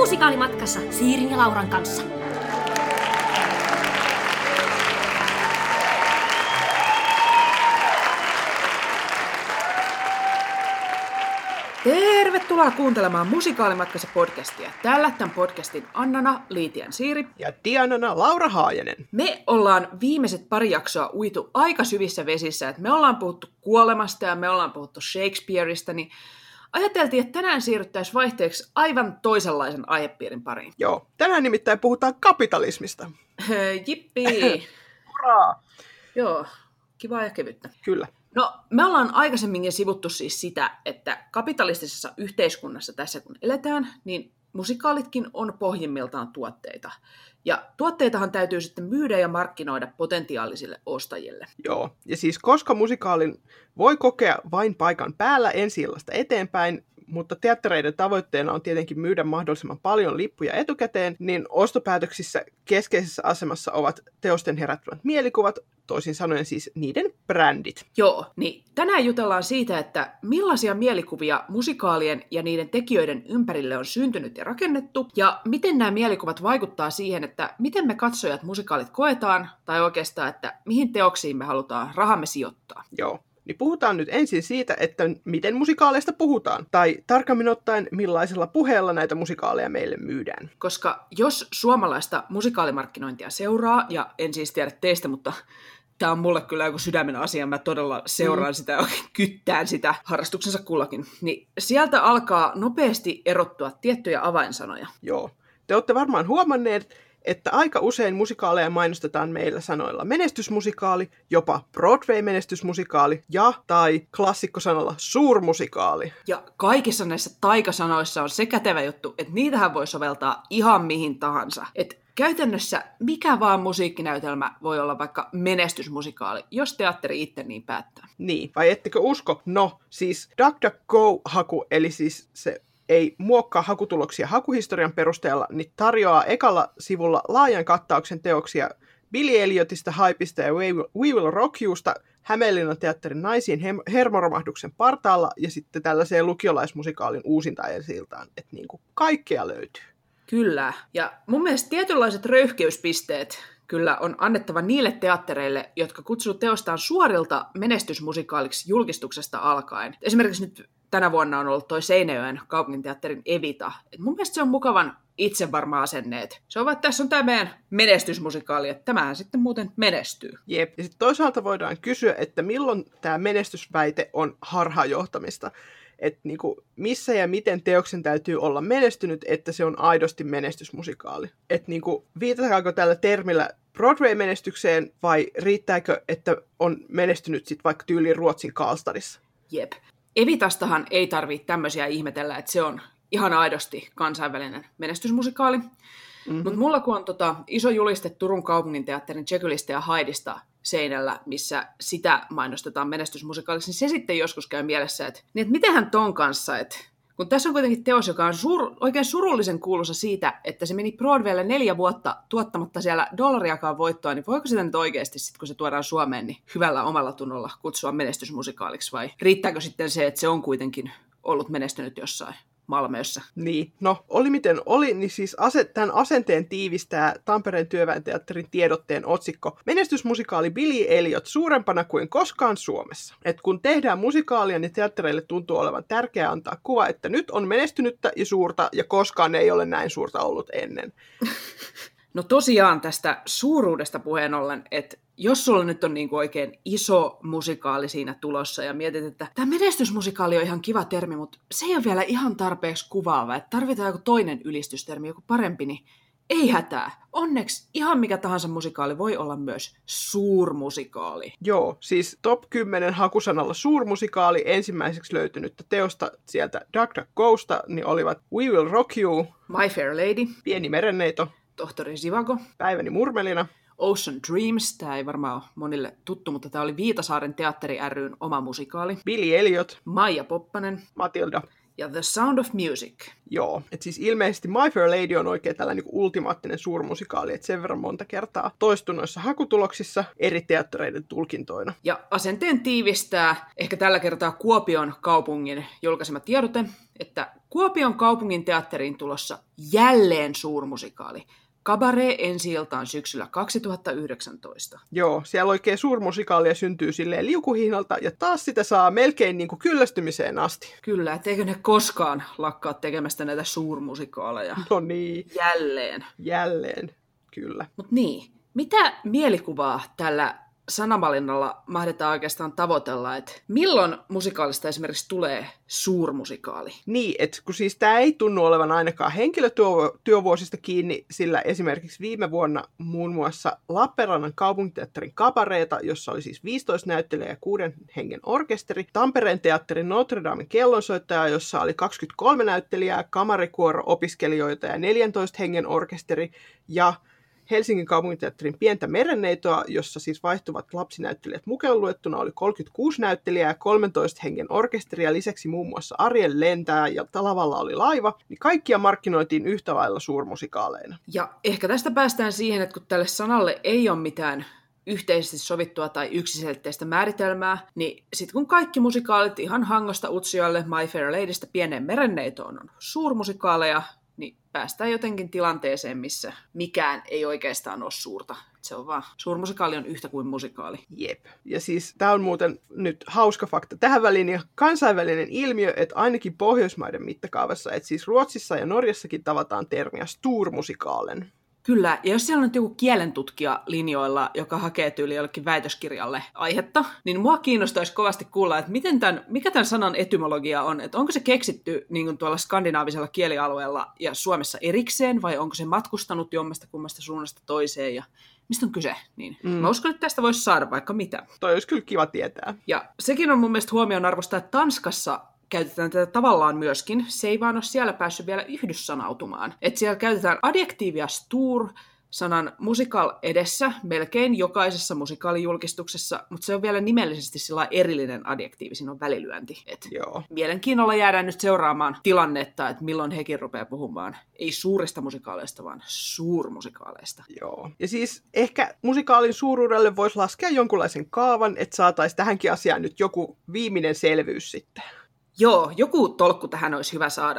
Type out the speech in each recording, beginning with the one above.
Musikaalimatkassa Siirin ja Lauran kanssa. Tervetuloa kuuntelemaan Musikaalimatkassa podcastia. Täällä tämän podcastin Annana Liitian Siiri ja Dianana Laura Haajanen. Me ollaan viimeiset pari jaksoa uitu aika syvissä vesissä. Että me ollaan puhuttu kuolemasta ja me ollaan puhuttu Shakespeareista, niin ajateltiin, että tänään siirryttäisiin vaihteeksi aivan toisenlaisen aihepiirin pariin. Joo, tänään nimittäin puhutaan kapitalismista. Jippii! Hurraa! Joo, kivaa ja kevyttä. Kyllä. No, me ollaan aikaisemminkin sivuttu siis sitä, että kapitalistisessa yhteiskunnassa tässä kun eletään, niin musikaalitkin on pohjimmiltaan tuotteita. Ja tuotteitahan täytyy sitten myydä ja markkinoida potentiaalisille ostajille. Joo, ja siis koska musikaalin voi kokea vain paikan päällä ensi-illasta eteenpäin, mutta teattereiden tavoitteena on tietenkin myydä mahdollisimman paljon lippuja etukäteen, niin ostopäätöksissä keskeisessä asemassa ovat teosten herättävät mielikuvat, toisin sanoen siis niiden brändit. Joo, niin tänään jutellaan siitä, että millaisia mielikuvia musikaalien ja niiden tekijöiden ympärille on syntynyt ja rakennettu, ja miten nämä mielikuvat vaikuttaa siihen, että miten me katsojat musikaalit koetaan, tai oikeastaan, että mihin teoksiin me halutaan rahamme sijoittaa. Joo. Niin puhutaan nyt ensin siitä, että miten musikaaleista puhutaan, tai tarkemmin ottaen millaisella puheella näitä musikaaleja meille myydään. Koska jos suomalaista musikaalimarkkinointia seuraa, ja en siis tiedä teistä, mutta tämä on mulle kyllä joku sydämen asia, mä todella seuraan sitä ja oikein kyttään sitä harrastuksensa kullakin, niin sieltä alkaa nopeasti erottua tiettyjä avainsanoja. Joo, te olette varmaan huomanneet, että aika usein musikaaleja mainostetaan meillä sanoilla menestysmusikaali, jopa Broadway-menestysmusikaali ja tai klassikkosanalla suurmusikaali. Ja kaikissa näissä taikasanoissa on se kätevä juttu, että niitähän voi soveltaa ihan mihin tahansa. Et käytännössä mikä vaan musiikkinäytelmä voi olla vaikka menestysmusikaali, jos teatteri itse niin päättää. Niin, vai ettekö usko? No, siis DuckDuckGo-haku, eli siis se ei muokkaa hakutuloksia hakuhistorian perusteella, niin tarjoaa ekalla sivulla laajan kattauksen teoksia Billy Elliotista, Hypesta ja We Will Rock Yousta, Hämeenlinnan teatterin naisiin hermoromahduksen partaalla ja sitten tällaiseen lukiolaismusikaalin uusintaesiltaan, että niin kuin kaikkea löytyy. Kyllä, ja mun mielestä tietynlaiset röyhkeyspisteet kyllä on annettava niille teattereille, jotka kutsuu teostaan suorilta menestysmusikaaliksi julkistuksesta alkaen. Esimerkiksi nyt tänä vuonna on ollut toi Seinäjoen kaupunginteatterin Evita. Et mun mielestä se on mukavan itsevarma asenneet. Se on vaan, että tässä on tämä meidän menestysmusikaali, että tämähän sitten muuten menestyy. Jep, ja sitten toisaalta voidaan kysyä, että milloin tämä menestysväite on harhaanjohtamista. Että niinku, missä ja miten teoksen täytyy olla menestynyt, että se on aidosti menestysmusikaali. Että niinku, viitataanko tällä termillä Broadway-menestykseen vai riittääkö, että on menestynyt sitten vaikka tyyliin Ruotsin Karlstadissa? Jep. Evitastahan ei tarvitse tämmöisiä ihmetellä, että se on ihan aidosti kansainvälinen menestysmusikaali. Mm-hmm. Mutta mulla kun on iso juliste Turun kaupunginteatterin Jekyllistä ja Hydesta seinällä, missä sitä mainostetaan menestysmusikaaliksi, niin se sitten joskus käy mielessä, että mitenhän ton kanssa, että kun tässä on kuitenkin teos, joka on oikein surullisen kuuluisa siitä, että se meni Broadwaylle 4 vuotta tuottamatta siellä dollariakaan voittoa, niin voiko sitä nyt oikeasti, sit, kun se tuodaan Suomeen, niin hyvällä omalla tunnolla kutsua menestysmusikaaliksi, vai riittääkö sitten se, että se on kuitenkin ollut menestynyt jossain Malmössä? Niin, no oli miten oli, niin siis tämän asenteen tiivistää Tampereen Työväen Teatterin tiedotteen otsikko Menestysmusikaali Billy Elliot suurempana kuin koskaan Suomessa. Et kun tehdään musikaalia, niin teattereille tuntuu olevan tärkeää antaa kuva, että nyt on menestynyttä ja suurta ja koskaan ei ole näin suurta ollut ennen. No tosiaan tästä suuruudesta puheen ollen, että jos sulla nyt on niin kuin oikein iso musikaali siinä tulossa ja mietit, että tämä menestysmusikaali on ihan kiva termi, mutta se ei ole vielä ihan tarpeeksi kuvaava, että tarvitaan joku toinen ylistystermi, joku parempi, niin ei hätää. Onneksi ihan mikä tahansa musikaali voi olla myös suurmusikaali. Joo, siis top 10 hakusanalla suurmusikaali ensimmäiseksi löytynyttä teosta sieltä DuckDuckGosta, niin olivat We Will Rock You, My Fair Lady, Pieni merenneito, Tohtori Zivago, Päiväni murmelina, Ocean Dreams, tämä ei varmaan ole monille tuttu, mutta tämä oli Viitasaaren teatteri ry:n oma musikaali. Billy Elliot, Maija Poppanen, Matilda ja The Sound of Music. Joo, että siis ilmeisesti My Fair Lady on oikein tällainen niin ultimaattinen suurmusikaali, että sen verran monta kertaa toistu noissa hakutuloksissa eri teattereiden tulkintoina. Ja asenteen tiivistää ehkä tällä kertaa Kuopion kaupungin julkaisema tiedote, että Kuopion kaupungin teatteriin tulossa jälleen suurmusikaali. Cabaret ensi-iltaan syksyllä 2019. Joo, siellä oikein suurmusikaalia syntyy silleen liukuhihnalta, ja taas sitä saa melkein niin kuin kyllästymiseen asti. Kyllä, etteikö ne koskaan lakkaa tekemästä näitä suurmusikaaleja. No niin. Jälleen, kyllä. Mut niin, mitä mielikuvaa tällä sanavalinnalla mahdetaan oikeastaan tavoitella, että milloin musikaalista esimerkiksi tulee suurmusikaali? Niin, että kun siis tämä ei tunnu olevan ainakaan henkilötyövuosista kiinni, sillä esimerkiksi viime vuonna muun muassa Lappeenrannan kaupunginteatterin Cabareta, jossa oli siis 15 näyttelijää ja 6 hengen orkesteri, Tampereen teatterin Notre Damen kellonsoittaja, jossa oli 23 näyttelijää, kamarikuoro, opiskelijoita ja 14 hengen orkesteri, ja Helsingin kaupunginteatterin Pientä merenneitoa, jossa siis vaihtuvat lapsinäyttelijät mukaan luettuna oli 36 näyttelijää ja 13 hengen orkesteri ja lisäksi muun muassa Ariel lentää ja lavalla oli laiva, niin kaikkia markkinoitiin yhtä lailla suurmusikaaleina. Ja ehkä tästä päästään siihen, että kun tälle sanalle ei ole mitään yhteisesti sovittua tai yksiselitteistä määritelmää, niin sitten kun kaikki musikaalit ihan Hangosta Utsjoelle, My Fair Ladystä Pieneen merenneitoon on suurmusikaaleja, niin päästään jotenkin tilanteeseen, missä mikään ei oikeastaan ole suurta. Se on vaan, suurmusikaali on yhtä kuin musikaali. Jep. Ja siis tämä on muuten nyt hauska fakta tähän väliin ja kansainvälinen ilmiö, että ainakin Pohjoismaiden mittakaavassa, että siis Ruotsissa ja Norjassakin tavataan termiä Stormusikalen. Kyllä, ja jos siellä on joku kielentutkija linjoilla, joka hakee tyyli jollekin väitöskirjalle aihetta, niin mua kiinnostaisi kovasti kuulla, että mikä tämän sanan etymologia on, että onko se keksitty niin kuin tuolla skandinaavisella kielialueella ja Suomessa erikseen, vai onko se matkustanut jommasta kummasta suunnasta toiseen, ja mistä on kyse? Niin. Mä uskon, että tästä voisi saada vaikka mitä. Toi olisi kyllä kiva tietää. Ja sekin on mun mielestä huomionarvoista, että Tanskassa käytetään tätä tavallaan myöskin. Se ei vaan ole siellä päässyt vielä yhdyssanautumaan. Että siellä käytetään adjektiivia stor sanan musical edessä melkein jokaisessa musikaalijulkistuksessa, mutta se on vielä nimellisesti sillä erillinen adjektiivi, siinä on välilyönti. Joo. Mielenkiinnolla jäädään nyt seuraamaan tilannetta, että milloin hekin rupeaa puhumaan ei suurista musikaaleista, vaan suurmusikaaleista. Joo. Ja siis ehkä musikaalin suuruudelle voisi laskea jonkunlaisen kaavan, että saataisiin tähänkin asiaan nyt joku viimeinen selvyys sitten. Joo, joku tolkku tähän olisi hyvä saada.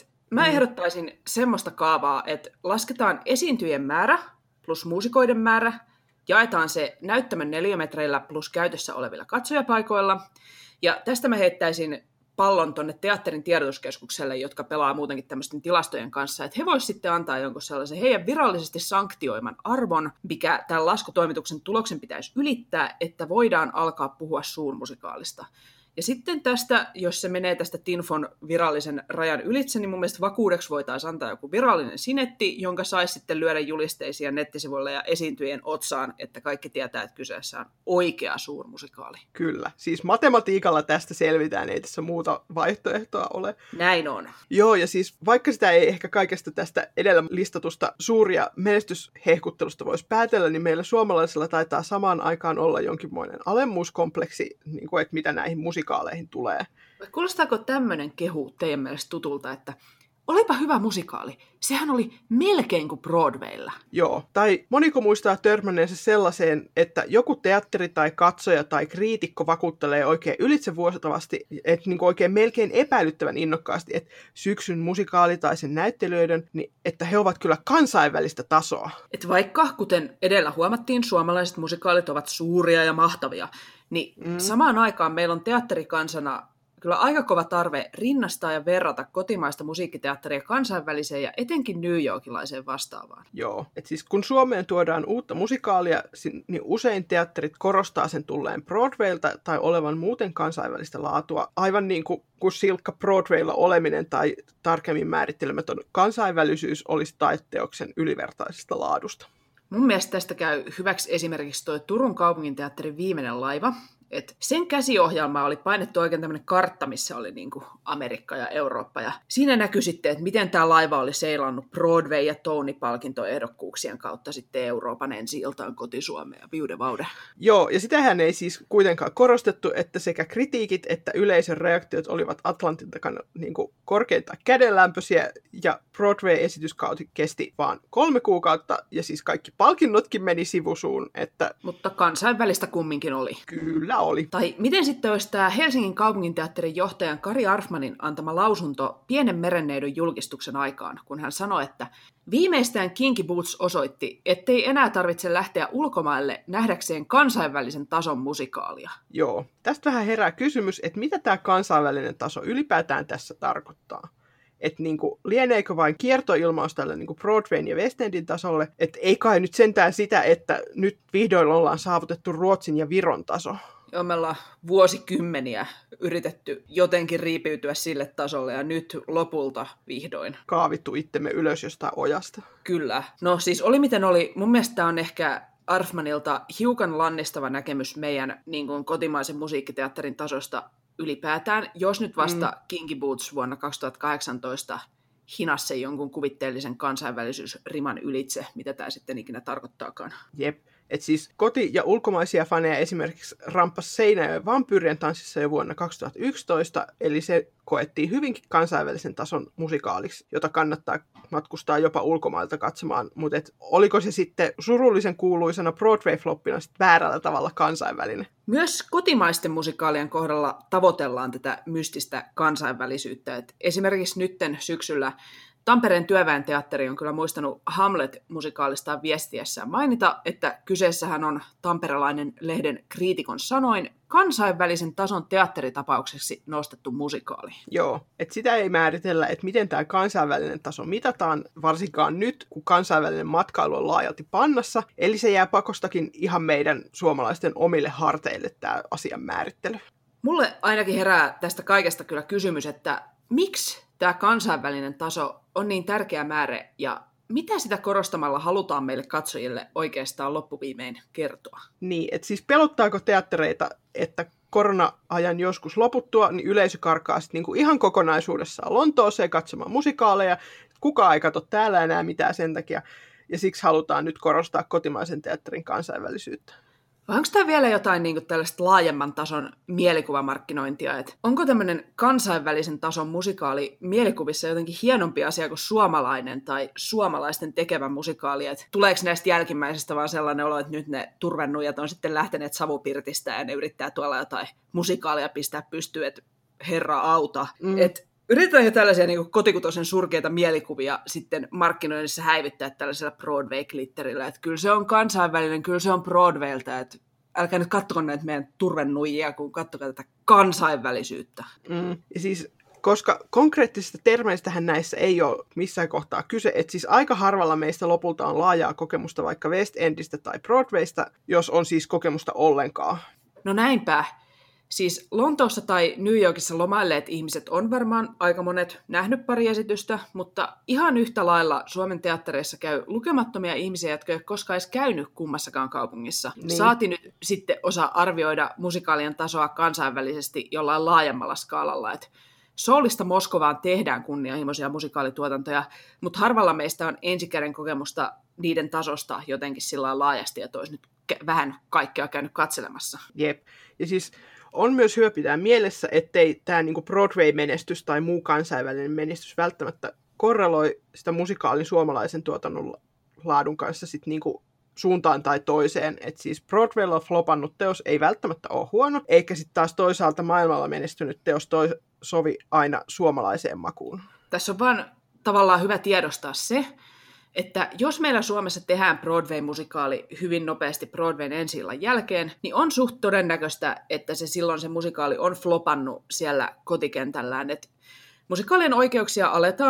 Mä ehdottaisin semmoista kaavaa, että lasketaan esiintyjien määrä plus muusikoiden määrä, jaetaan se näyttämön neliömetreillä plus käytössä olevilla katsojapaikoilla, ja tästä mä heittäisin pallon tonne teatterin tiedotuskeskukselle, jotka pelaa muutenkin tämmöisten tilastojen kanssa, että he voisivat sitten antaa jonkun sellaisen heidän virallisesti sanktioiman arvon, mikä tämän laskutoimituksen tuloksen pitäisi ylittää, että voidaan alkaa puhua suurmusikaalista. Ja sitten tästä, jos se menee tästä TINFON virallisen rajan ylitse, niin mun mielestä vakuudeksi voitaisiin antaa joku virallinen sinetti, jonka saisi sitten lyödä julisteisia nettisivuille ja esiintyjien otsaan, että kaikki tietää, että kyseessä on oikea suurmusikaali. Kyllä. Siis matematiikalla tästä selvitään, ei tässä muuta vaihtoehtoa ole. Näin on. Joo, ja siis vaikka sitä ei ehkä kaikesta tästä edellä listatusta suuria menestyshehkuttelusta voisi päätellä, niin meillä suomalaisilla taitaa samaan aikaan olla jonkinmoinen alemmuuskompleksi, niin kuin, että mitä näihin musikaaleihin tulee. Kuulostaako tämmöinen kehu teidän mielestä tutulta, että olipa hyvä musikaali, sehän oli melkein kuin Broadwaylla? Joo, tai moniko muistaa törmänneensä sellaiseen, että joku teatteri tai katsoja tai kriitikko vakuuttelee oikein ylitsevuotavasti, että niin oikein melkein epäilyttävän innokkaasti, että syksyn musikaali tai sen näyttelijöiden, niin että he ovat kyllä kansainvälistä tasoa. Et vaikka, kuten edellä huomattiin, suomalaiset musikaalit ovat suuria ja mahtavia, niin samaan aikaan meillä on teatterikansana kyllä aika kova tarve rinnastaa ja verrata kotimaista musiikkiteatteria kansainväliseen ja etenkin New Yorkilaiseen vastaavaan. Joo, että siis kun Suomeen tuodaan uutta musikaalia, niin usein teatterit korostaa sen tulleen Broadwaylta tai olevan muuten kansainvälistä laatua, aivan niin kuin silkka Broadwaylla oleminen tai tarkemmin määrittelemätön kansainvälisyys olisi taiteoksen ylivertaisesta laadusta. Mun mielestä tästä käy hyväksi esimerkiksi tuo Turun kaupunginteatterin Viimeinen laiva, Et sen käsiohjelma oli painettu oikein tämmöinen kartta, missä oli niinku Amerikka ja Eurooppa. Ja siinä näkyi sitten, että miten tämä laiva oli seilannut Broadway- ja Tony-palkintoehdokkuuksien kautta sitten Euroopan ensi-iltaan koti-Suomeen ja Viude Vaude. Joo, ja sitähän ei siis kuitenkaan korostettu, että sekä kritiikit että yleisön reaktiot olivat Atlantin takana niin kuin korkeintaan kädenlämpöisiä, ja Broadway-esityskausi kesti vaan 3 kuukautta, ja siis kaikki palkinnotkin meni sivusuun, että... Mutta kansainvälistä kumminkin oli. Kyllä oli. Tai miten sitten olisi tämä Helsingin kaupunginteatterin johtajan Kari Arfmanin antama lausunto Pienen merenneidon julkistuksen aikaan, kun hän sanoi, että viimeistään Kinky Boots osoitti, ettei enää tarvitse lähteä ulkomaille nähdäkseen kansainvälisen tason musikaalia. Joo. Tästä vähän herää kysymys, että mitä tämä kansainvälinen taso ylipäätään tässä tarkoittaa. Että niinku, lieneekö vain kiertoilmaus tälle niinku Broadwayn ja West Endin tasolle, että ei kai nyt sentään sitä, että nyt vihdoin ollaan saavutettu Ruotsin ja Viron taso. Joo, me ollaan vuosikymmeniä yritetty jotenkin riipiytyä sille tasolle ja nyt lopulta vihdoin. Kaavittu itsemme ylös jostain ojasta. Kyllä. No siis oli miten oli. Mun mielestä on ehkä Arfmanilta hiukan lannistava näkemys meidän niin kuin kotimaisen musiikkiteatterin tasosta ylipäätään. Jos nyt vasta Kinky Boots vuonna 2018 hinasi jonkun kuvitteellisen kansainvälisyysriman ylitse, mitä tämä sitten ikinä tarkoittaakaan. Jep. Et siis koti- ja ulkomaisia faneja esimerkiksi ramppasi Seinäjoen vampyyrien tanssissa jo vuonna 2011, eli se koettiin hyvinkin kansainvälisen tason musikaaliksi, jota kannattaa matkustaa jopa ulkomailta katsomaan, mutta oliko se sitten surullisen kuuluisena Broadway-floppina sitten väärällä tavalla kansainvälinen? Myös kotimaisten musikaalien kohdalla tavoitellaan tätä mystistä kansainvälisyyttä. Et esimerkiksi nytten syksyllä Tampereen Työväen teatteri on kyllä muistanut Hamlet-musikaalista viestiessään mainita, että kyseessähän on tamperelainen lehden kriitikon sanoin kansainvälisen tason teatteritapaukseksi nostettu musikaali. Joo, että sitä ei määritellä, että miten tämä kansainvälinen taso mitataan, varsinkaan nyt, kun kansainvälinen matkailu on laajalti pannassa, eli se jää pakostakin ihan meidän suomalaisten omille harteille tämä asian määrittely. Mulle ainakin herää tästä kaikesta kyllä kysymys, että miksi tämä kansainvälinen taso on niin tärkeä määrä ja mitä sitä korostamalla halutaan meille katsojille oikeastaan loppuviimein kertoa? Niin, että siis pelottaako teattereita, että korona-ajan joskus loputtua, niin yleisö karkaa sitten niinku ihan kokonaisuudessaan Lontooseen katsomaan musikaaleja. Kukaan ei katso täällä enää mitään sen takia, ja siksi halutaan nyt korostaa kotimaisen teatterin kansainvälisyyttä. Vai onko tämä vielä jotain niin kuin tällaista laajemman tason mielikuvamarkkinointia? Et onko tämmöinen kansainvälisen tason musikaali mielikuvissa jotenkin hienompi asia kuin suomalainen tai suomalaisten tekevä musikaali? Et tuleeko näistä jälkimmäisestä vaan sellainen olo, että nyt ne turvennujat on sitten lähteneet savupirtistä ja ne yrittää tuolla jotain musikaalia pistää pystyyn, että herra auta. Yritetään jo tällaisia niin kuin kotikutoisen surkeita mielikuvia sitten markkinoinnissa häivittää tällaisella Broadway-glitterillä. Että kyllä se on kansainvälinen, kyllä se on Broadwaylta. Että älkää nyt kattoko näitä meidän turvennuijia, kun katsokaa tätä kansainvälisyyttä. Ja siis, koska konkreettisista termeistähän näissä ei ole missään kohtaa kyse, että siis aika harvalla meistä lopulta on laajaa kokemusta vaikka West Endistä tai Broadwaysta, jos on siis kokemusta ollenkaan. No näinpä. Siis Lontoossa tai New Yorkissa lomailleet ihmiset on varmaan aika monet nähnyt pari esitystä, mutta ihan yhtä lailla Suomen teattereissa käy lukemattomia ihmisiä, jotka ei ole koskaan edes käynyt kummassakaan kaupungissa. Niin. Saati nyt sitten osaa arvioida musikaalien tasoa kansainvälisesti jollain laajemmalla skaalalla. Et Soulista Moskovaan tehdään kunnianhimoisia musikaalituotantoja, mutta harvalla meistä on ensikäden kokemusta niiden tasosta jotenkin sillä laajasti, että olisi nyt vähän kaikkea käynyt katselemassa. Jep, ja siis on myös hyvä pitää mielessä, ettei tämä niinku Broadway-menestys tai muu kansainvälinen menestys välttämättä korreloi sitä musikaalin suomalaisen tuotannon laadun kanssa sit niinku suuntaan tai toiseen. Et siis Broadwaylla flopannut teos ei välttämättä ole huono, eikä sitten taas toisaalta maailmalla menestynyt teos sovi aina suomalaiseen makuun. Tässä on vaan tavallaan hyvä tiedostaa se, että jos meillä Suomessa tehdään Broadway-musikaali hyvin nopeasti Broadwayn ensi-illan jälkeen, niin on suht todennäköistä, että silloin se musikaali on flopannut siellä kotikentällään. Et musikaalien oikeuksia aletaan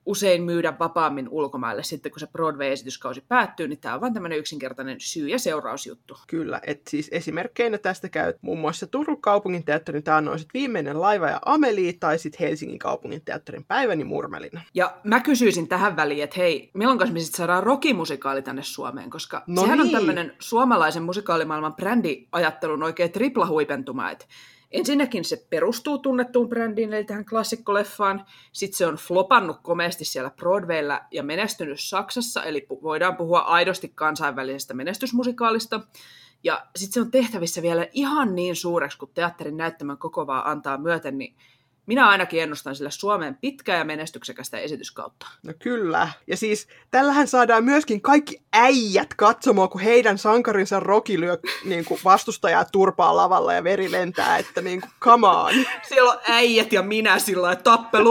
usein myydä vapaammin ulkomaille sitten, kun se Broadway-esityskausi päättyy, niin tämä on vaan tämmöinen yksinkertainen syy- ja seurausjuttu. Kyllä, että siis esimerkkeinä tästä käy muun muassa Turun kaupunginteatterin taannoiset Viimeinen laiva ja Amelie, tai sitten Helsingin kaupunginteatterin Päiväni Murmelina. Ja mä kysyisin tähän väliin, että hei, milloin me sitten saadaan Rocky-musikaali tänne Suomeen, koska sehän on tämmöinen suomalaisen musikaalimaailman brändiajattelun oikein triplahuipentuma, että ensinnäkin se perustuu tunnettuun brändiin, eli tähän klassikkoleffaan. Sitten se on flopannut komeasti siellä Broadwaylla ja menestynyt Saksassa, eli voidaan puhua aidosti kansainvälisestä menestysmusikaalista. Ja sitten se on tehtävissä vielä ihan niin suureksi, kun teatterin näyttämön koko vaan antaa myöten, niin minä ainakin ennustan sille Suomeen pitkää ja menestyksekästä esityskautta. No kyllä. Ja siis tällähän saadaan myöskin kaikki äijät katsomaan, kun heidän sankarinsa Rocky lyö niin kuin vastustajaa turpaa lavalla ja veri lentää, että niin kuin come on. Siellä on äijät ja minä sillä lailla,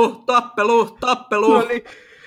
tappelu. No niin.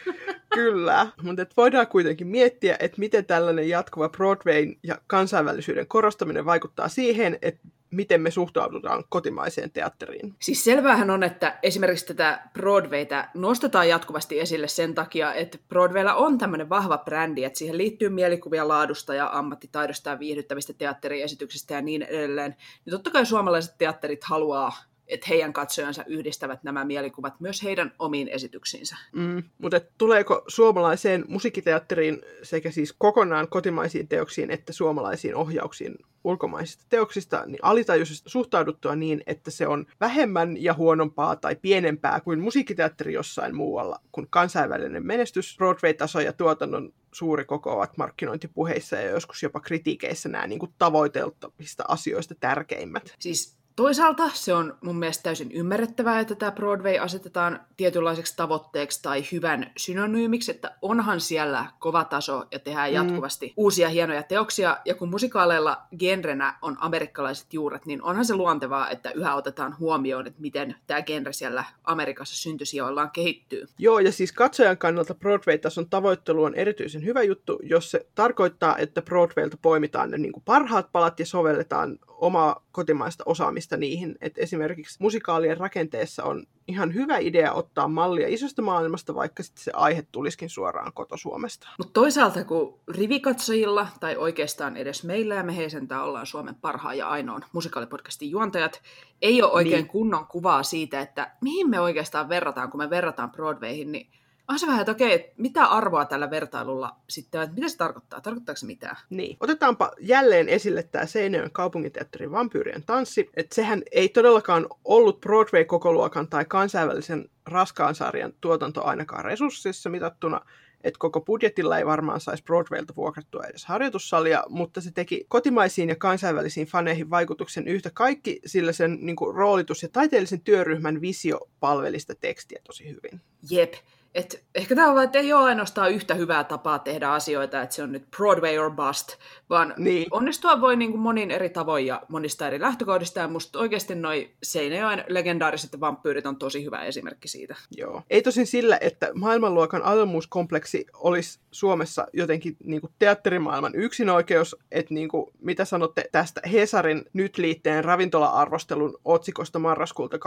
Kyllä, mutta voidaan kuitenkin miettiä, että miten tällainen jatkuva Broadwayn ja kansainvälisyyden korostaminen vaikuttaa siihen, että miten me suhtaudutaan kotimaiseen teatteriin. Siis selväähän on, että esimerkiksi tätä Broadwayta nostetaan jatkuvasti esille sen takia, että Broadwaylla on tämmöinen vahva brändi, että siihen liittyy mielikuvia laadusta ja ammattitaidosta ja viihdyttävistä teatteriesityksistä ja niin edelleen. Ja totta kai suomalaiset teatterit haluaa, että heidän katsojansa yhdistävät nämä mielikuvat myös heidän omiin esityksiinsä. Mutta tuleeko suomalaiseen musiikkiteatteriin sekä siis kokonaan kotimaisiin teoksiin että suomalaisiin ohjauksiin ulkomaisista teoksista niin alitajuisesti suhtauduttua niin, että se on vähemmän ja huonompaa tai pienempää kuin musiikkiteatteri jossain muualla, kun kansainvälinen menestys, Broadway-taso ja tuotannon suuri koko ovat markkinointipuheissa ja joskus jopa kritiikeissä nämä niin kuin tavoiteltavista asioista tärkeimmät. Siis toisaalta se on mun mielestä täysin ymmärrettävää, että tämä Broadway asetetaan tietynlaiseksi tavoitteeksi tai hyvän synonyymiksi, että onhan siellä kova taso ja tehdään jatkuvasti uusia hienoja teoksia, ja kun musikaaleilla genrenä on amerikkalaiset juuret, niin onhan se luontevaa, että yhä otetaan huomioon, että miten tämä genre siellä Amerikassa syntysijoillaan kehittyy. Joo, ja siis katsojan kannalta Broadway-tason tavoittelu on erityisen hyvä juttu, jos se tarkoittaa, että Broadwaylta poimitaan ne niin kuin parhaat palat ja sovelletaan omaa kotimaista osaamista niihin. Et esimerkiksi musikaalien rakenteessa on ihan hyvä idea ottaa mallia isosta maailmasta, vaikka sitten se aihe tulisikin suoraan koto-Suomesta. Mutta toisaalta kun rivikatsojilla, tai oikeastaan edes meillä, ja me heisentää ollaan Suomen parhaan ja ainoan musikaalipodcastin juontajat, ei ole oikein kunnon kuvaa siitä, että mihin me oikeastaan verrataan, kun me verrataan Broadwayhin, niin on se vähän, että okei, mitä arvoa tällä vertailulla sitten, että mitä se tarkoittaa? Tarkoittaako se mitään? Niin. Otetaanpa jälleen esille tämä Seinäjoen kaupunginteatterin Vampyyrien tanssi. Että sehän ei todellakaan ollut Broadway-kokoluokan tai kansainvälisen raskaan sarjan tuotanto ainakaan resurssissa mitattuna, että koko budjetilla ei varmaan saisi Broadwaylta vuokrattua edes harjoitussalia, mutta se teki kotimaisiin ja kansainvälisiin faneihin vaikutuksen yhtä kaikki, sillä sen niin kuin, roolitus ja taiteellisen työryhmän visio palveli sitä tekstiä tosi hyvin. Jep. Et ehkä tämä on vaan, että ei ole ainoastaan yhtä hyvää tapaa tehdä asioita, että se on nyt Broadway or bust, vaan onnistua voi niin kuin monin eri tavoin ja monista eri lähtökohdista, ja musta oikeasti noi Seinäjoen legendaariset vampyyrit on tosi hyvä esimerkki siitä. Joo. Ei tosin sillä, että maailmanluokan avoimuuskompleksi olisi Suomessa jotenkin niin kuin teatterimaailman yksinoikeus, että niin kuin, mitä sanotte tästä Hesarin nyt-liitteen ravintola-arvostelun otsikosta marraskuulta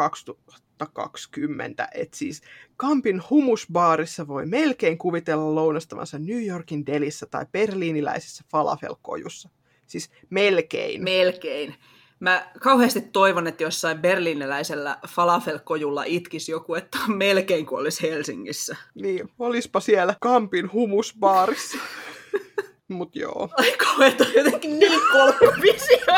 2020, että siis Kampin humusbaarissa voi melkein kuvitella lounastavansa New Yorkin delissä tai berliiniläisessä falafelkojussa. Siis melkein. Melkein. Mä kauheasti toivon, että jossain berliiniläisellä falafelkojulla itkisi joku, että on melkein kuin olisi Helsingissä. Niin, olispa siellä Kampin humusbaarissa. Mut joo. Ai kauheeta, jotenkin niin kolkkovisio.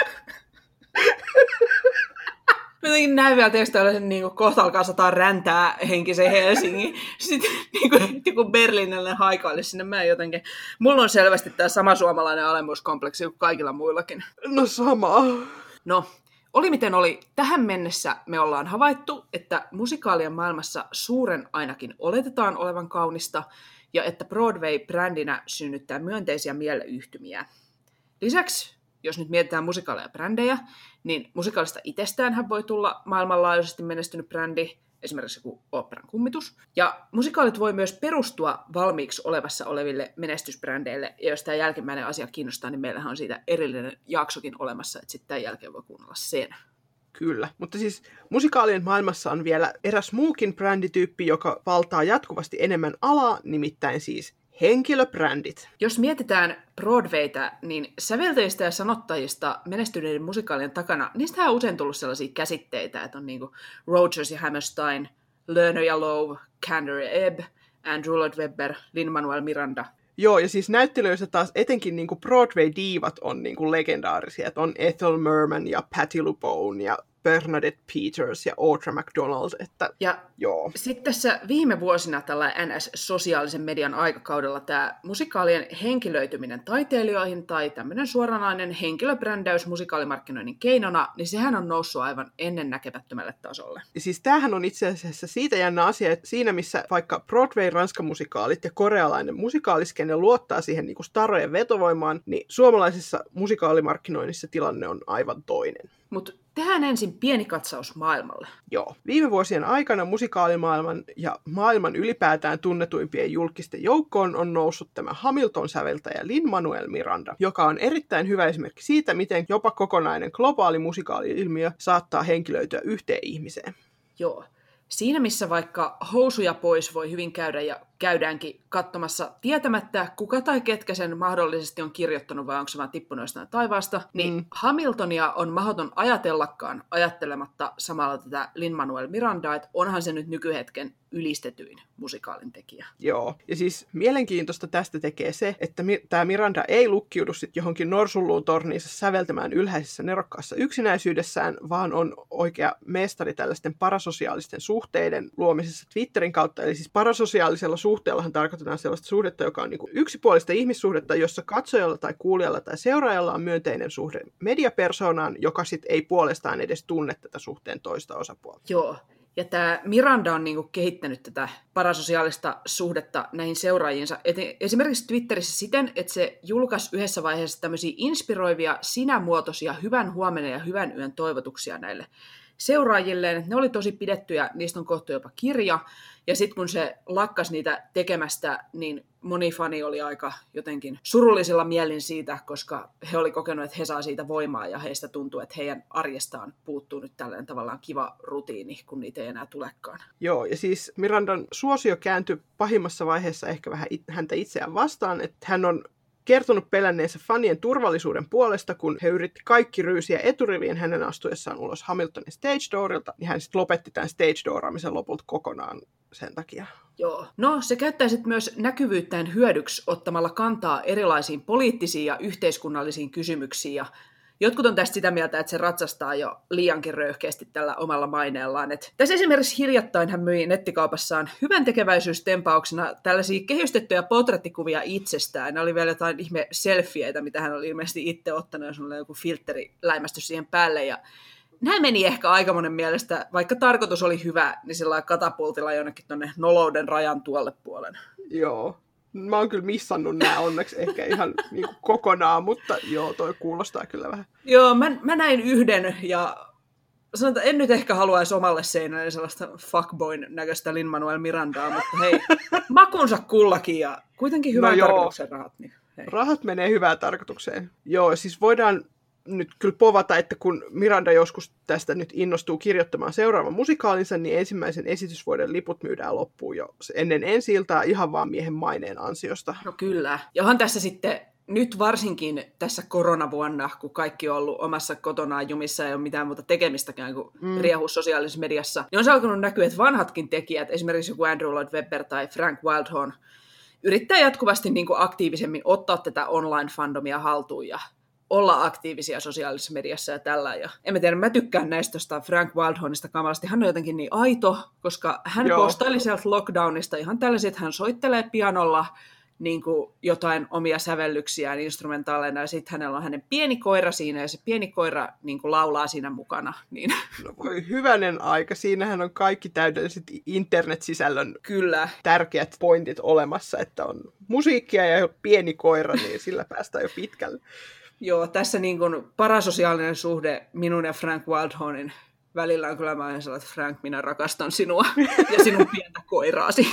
Jotenkin näin vielä tekstialaisen niin kohta alkaa sataa räntää henkisen Helsingin. Sitten niin joku berliiniläinen haikailisi sinne. Mulla on selvästi tämä sama suomalainen alemmuuskompleksi kuin kaikilla muillakin. No sama. No, oli miten oli. Tähän mennessä me ollaan havaittu, että musikaalien maailmassa suuren ainakin oletetaan olevan kaunista, ja että Broadway brändinä synnyttää myönteisiä mieleyhtymiä. Lisäksi, jos nyt mietitään musikaaleja ja brändejä, niin musikaalista itsestäänhän voi tulla maailmanlaajuisesti menestynyt brändi, esimerkiksi joku oopperan kummitus. Ja musikaalit voi myös perustua valmiiksi olevassa oleville menestysbrändeille, ja jos tämä jälkimmäinen asia kiinnostaa, niin meillähän on siitä erillinen jaksokin olemassa, että sitten tämän jälkeen voi kuunnella sen. Kyllä, mutta siis musikaalien maailmassa on vielä eräs muukin brändityyppi, joka valtaa jatkuvasti enemmän alaa, nimittäin siis henkilöbrändit. Jos mietitään Broadwayta, niin säveltäjistä ja sanottajista menestyneiden musikaalien takana, niistähän on usein tullut sellaisia käsitteitä, että on niinku Rodgers ja Hammerstein, Lerner ja Lowe, Kander ja Ebb, Andrew Lloyd Webber, Lin-Manuel Miranda. Joo, ja siis näyttelijöissä taas etenkin niinku Broadway-diivat on niinku legendaarisia. Että on Ethel Merman ja Patti LuPone ja Bernadette Peters ja Audra McDonald. Että, ja joo. Sitten tässä viime vuosina tällä NS-sosiaalisen median aikakaudella tämä musikaalien henkilöityminen taiteilijoihin tai tämmöinen suoranainen henkilöbrändäys musikaalimarkkinoinnin keinona, niin sehän on noussut aivan ennennäkemättömälle tasolle. Ja siis tämähän on itse asiassa siitä jännä asia, että siinä missä vaikka Broadway ranskamusikaalit ja korealainen musikaaliskenne luottaa siihen niin kuin starojen vetovoimaan, niin suomalaisessa musikaalimarkkinoinnissa tilanne on aivan toinen. Mutta tehdään ensin pieni katsaus maailmalle. Joo. Viime vuosien aikana musikaalimaailman ja maailman ylipäätään tunnetuimpien julkisten joukkoon on noussut tämä Hamilton-säveltäjä Lin-Manuel Miranda, joka on erittäin hyvä esimerkki siitä, miten jopa kokonainen globaali musikaali-ilmiö saattaa henkilöityä yhteen ihmiseen. Joo. Siinä missä vaikka housuja pois voi hyvin käydä ja käydäänkin katsomassa tietämättä, kuka tai ketkä sen mahdollisesti on kirjoittanut vai onko se vaan tippunut jostain taivaasta, niin Hamiltonia on mahdoton ajatellakaan ajattelematta samalla tätä Lin-Manuel Mirandaa, että onhan se nyt nykyhetken ylistetyin musikaalin tekijä. Joo, ja siis mielenkiintoista tästä tekee se, että tämä Miranda ei lukkiudu sitten johonkin norsunluun torniinsa säveltämään ylhäisessä nerokkaassa yksinäisyydessään, vaan on oikea mestari tällaisten parasosiaalisten suhteiden luomisessa Twitterin kautta. Eli siis parasosiaalisella suhteellahan tarkoitetaan sellaista suhdetta, joka on niinku yksipuolista ihmissuhdetta, jossa katsojalla tai kuulijalla tai seuraajalla on myönteinen suhde mediapersoonaan, joka sitten ei puolestaan edes tunne tätä suhteen toista osapuolta. Joo. Ja tämä Miranda on niinku kehittänyt tätä parasosiaalista suhdetta näihin seuraajiinsa. Esimerkiksi Twitterissä siten, että se julkaisi yhdessä vaiheessa tämmöisiä inspiroivia, sinämuotoisia hyvän huomenen ja hyvän yön toivotuksia näille seuraajilleen. Ne oli tosi pidettyjä, niistä on kohta jopa kirja. Ja sitten kun se lakkasi niitä tekemästä, niin moni fani oli aika jotenkin surullisilla mielin siitä, koska he oli kokenut, että he saa siitä voimaa ja heistä tuntuu, että heidän arjestaan puuttuu nyt tällainen tavallaan kiva rutiini, kun niitä ei enää tulekaan. Joo, ja siis Mirandan suosio kääntyi pahimmassa vaiheessa ehkä vähän häntä itseään vastaan, että hän on kertonut pelänneensä fanien turvallisuuden puolesta, kun he yritti kaikki ryysiä eturiviin hänen astuessaan ulos Hamiltonin stage doorilta, niin hän sitten lopetti tämän stage dooraamisen lopulta kokonaan sen takia. Joo. No, se käyttää sitten myös näkyvyyttään hyödyksi ottamalla kantaa erilaisiin poliittisiin ja yhteiskunnallisiin kysymyksiin. Ja jotkut on tästä sitä mieltä, että se ratsastaa jo liiankin röyhkeästi tällä omalla maineellaan. Tässä esimerkiksi hiljattain hän myi nettikaupassaan hyväntekeväisyystempauksena tällaisia kehystettyjä portrettikuvia itsestään. Ne oli vielä jotain ihme selfieitä, mitä hän oli ilmeisesti itse ottanut, jos oli joku filtteri läimästy siihen päälle. Ja näin meni ehkä aika monen mielestä, vaikka tarkoitus oli hyvä, niin sillä katapultilla jonnekin tuonne nolouden rajan tuolle puolen. Joo. Mä oon kyllä missannut nämä onneksi ehkä ihan niin kuin kokonaan, mutta joo, toi kuulostaa kyllä vähän. Joo, mä näin yhden ja sanotaan, en nyt ehkä haluaisi omalle seinälle sellaista fuckboyn näköistä Lin-Manuel Mirandaa, mutta hei, makunsa kullakin ja kuitenkin hyvän tarkoituksen rahat. Niin hei. Rahat menee hyvään tarkoitukseen. Joo, siis voidaan nyt kyllä povata, että kun Miranda joskus tästä nyt innostuu kirjoittamaan seuraavan musikaalinsa, niin ensimmäisen esitysvuoden liput myydään loppuun jo ennen ensi-iltaa ihan vaan miehen maineen ansiosta. No kyllä. Ja onhan tässä sitten nyt varsinkin tässä koronavuonna, kun kaikki on ollut omassa kotonaan jumissa ja ei ole mitään muuta tekemistäkään kuin riehua sosiaalisessa mediassa, niin on se alkanut näkyä, että vanhatkin tekijät, esimerkiksi joku Andrew Lloyd Webber tai Frank Wildhorn, yrittää jatkuvasti niin kuin aktiivisemmin ottaa tätä online-fandomia haltuun ja olla aktiivisia sosiaalisessa mediassa ja tällä. Ja en mä tiedä, mä tykkään näistä Frank Wildhornista kamalasti. Hän on jotenkin niin aito, koska hän postaili sieltä lockdownista ihan tällaisia, että hän soittelee pianolla niin kuin jotain omia sävellyksiään instrumentaaleina, ja sitten hänellä on hänen pieni koira siinä, ja se pieni koira niin kuin laulaa siinä mukana. Niin. No voi hyvänen aika, siinähän on kaikki täydelliset internet-sisällön kyllä tärkeät pointit olemassa, että on musiikkia ja pieni koira, niin sillä päästään jo pitkälle. Joo, tässä niin kuin parasosiaalinen suhde minun ja Frank Wildhornin välillä on kyllä mä sellainen, että Frank, minä rakastan sinua ja sinun pientä koiraasi.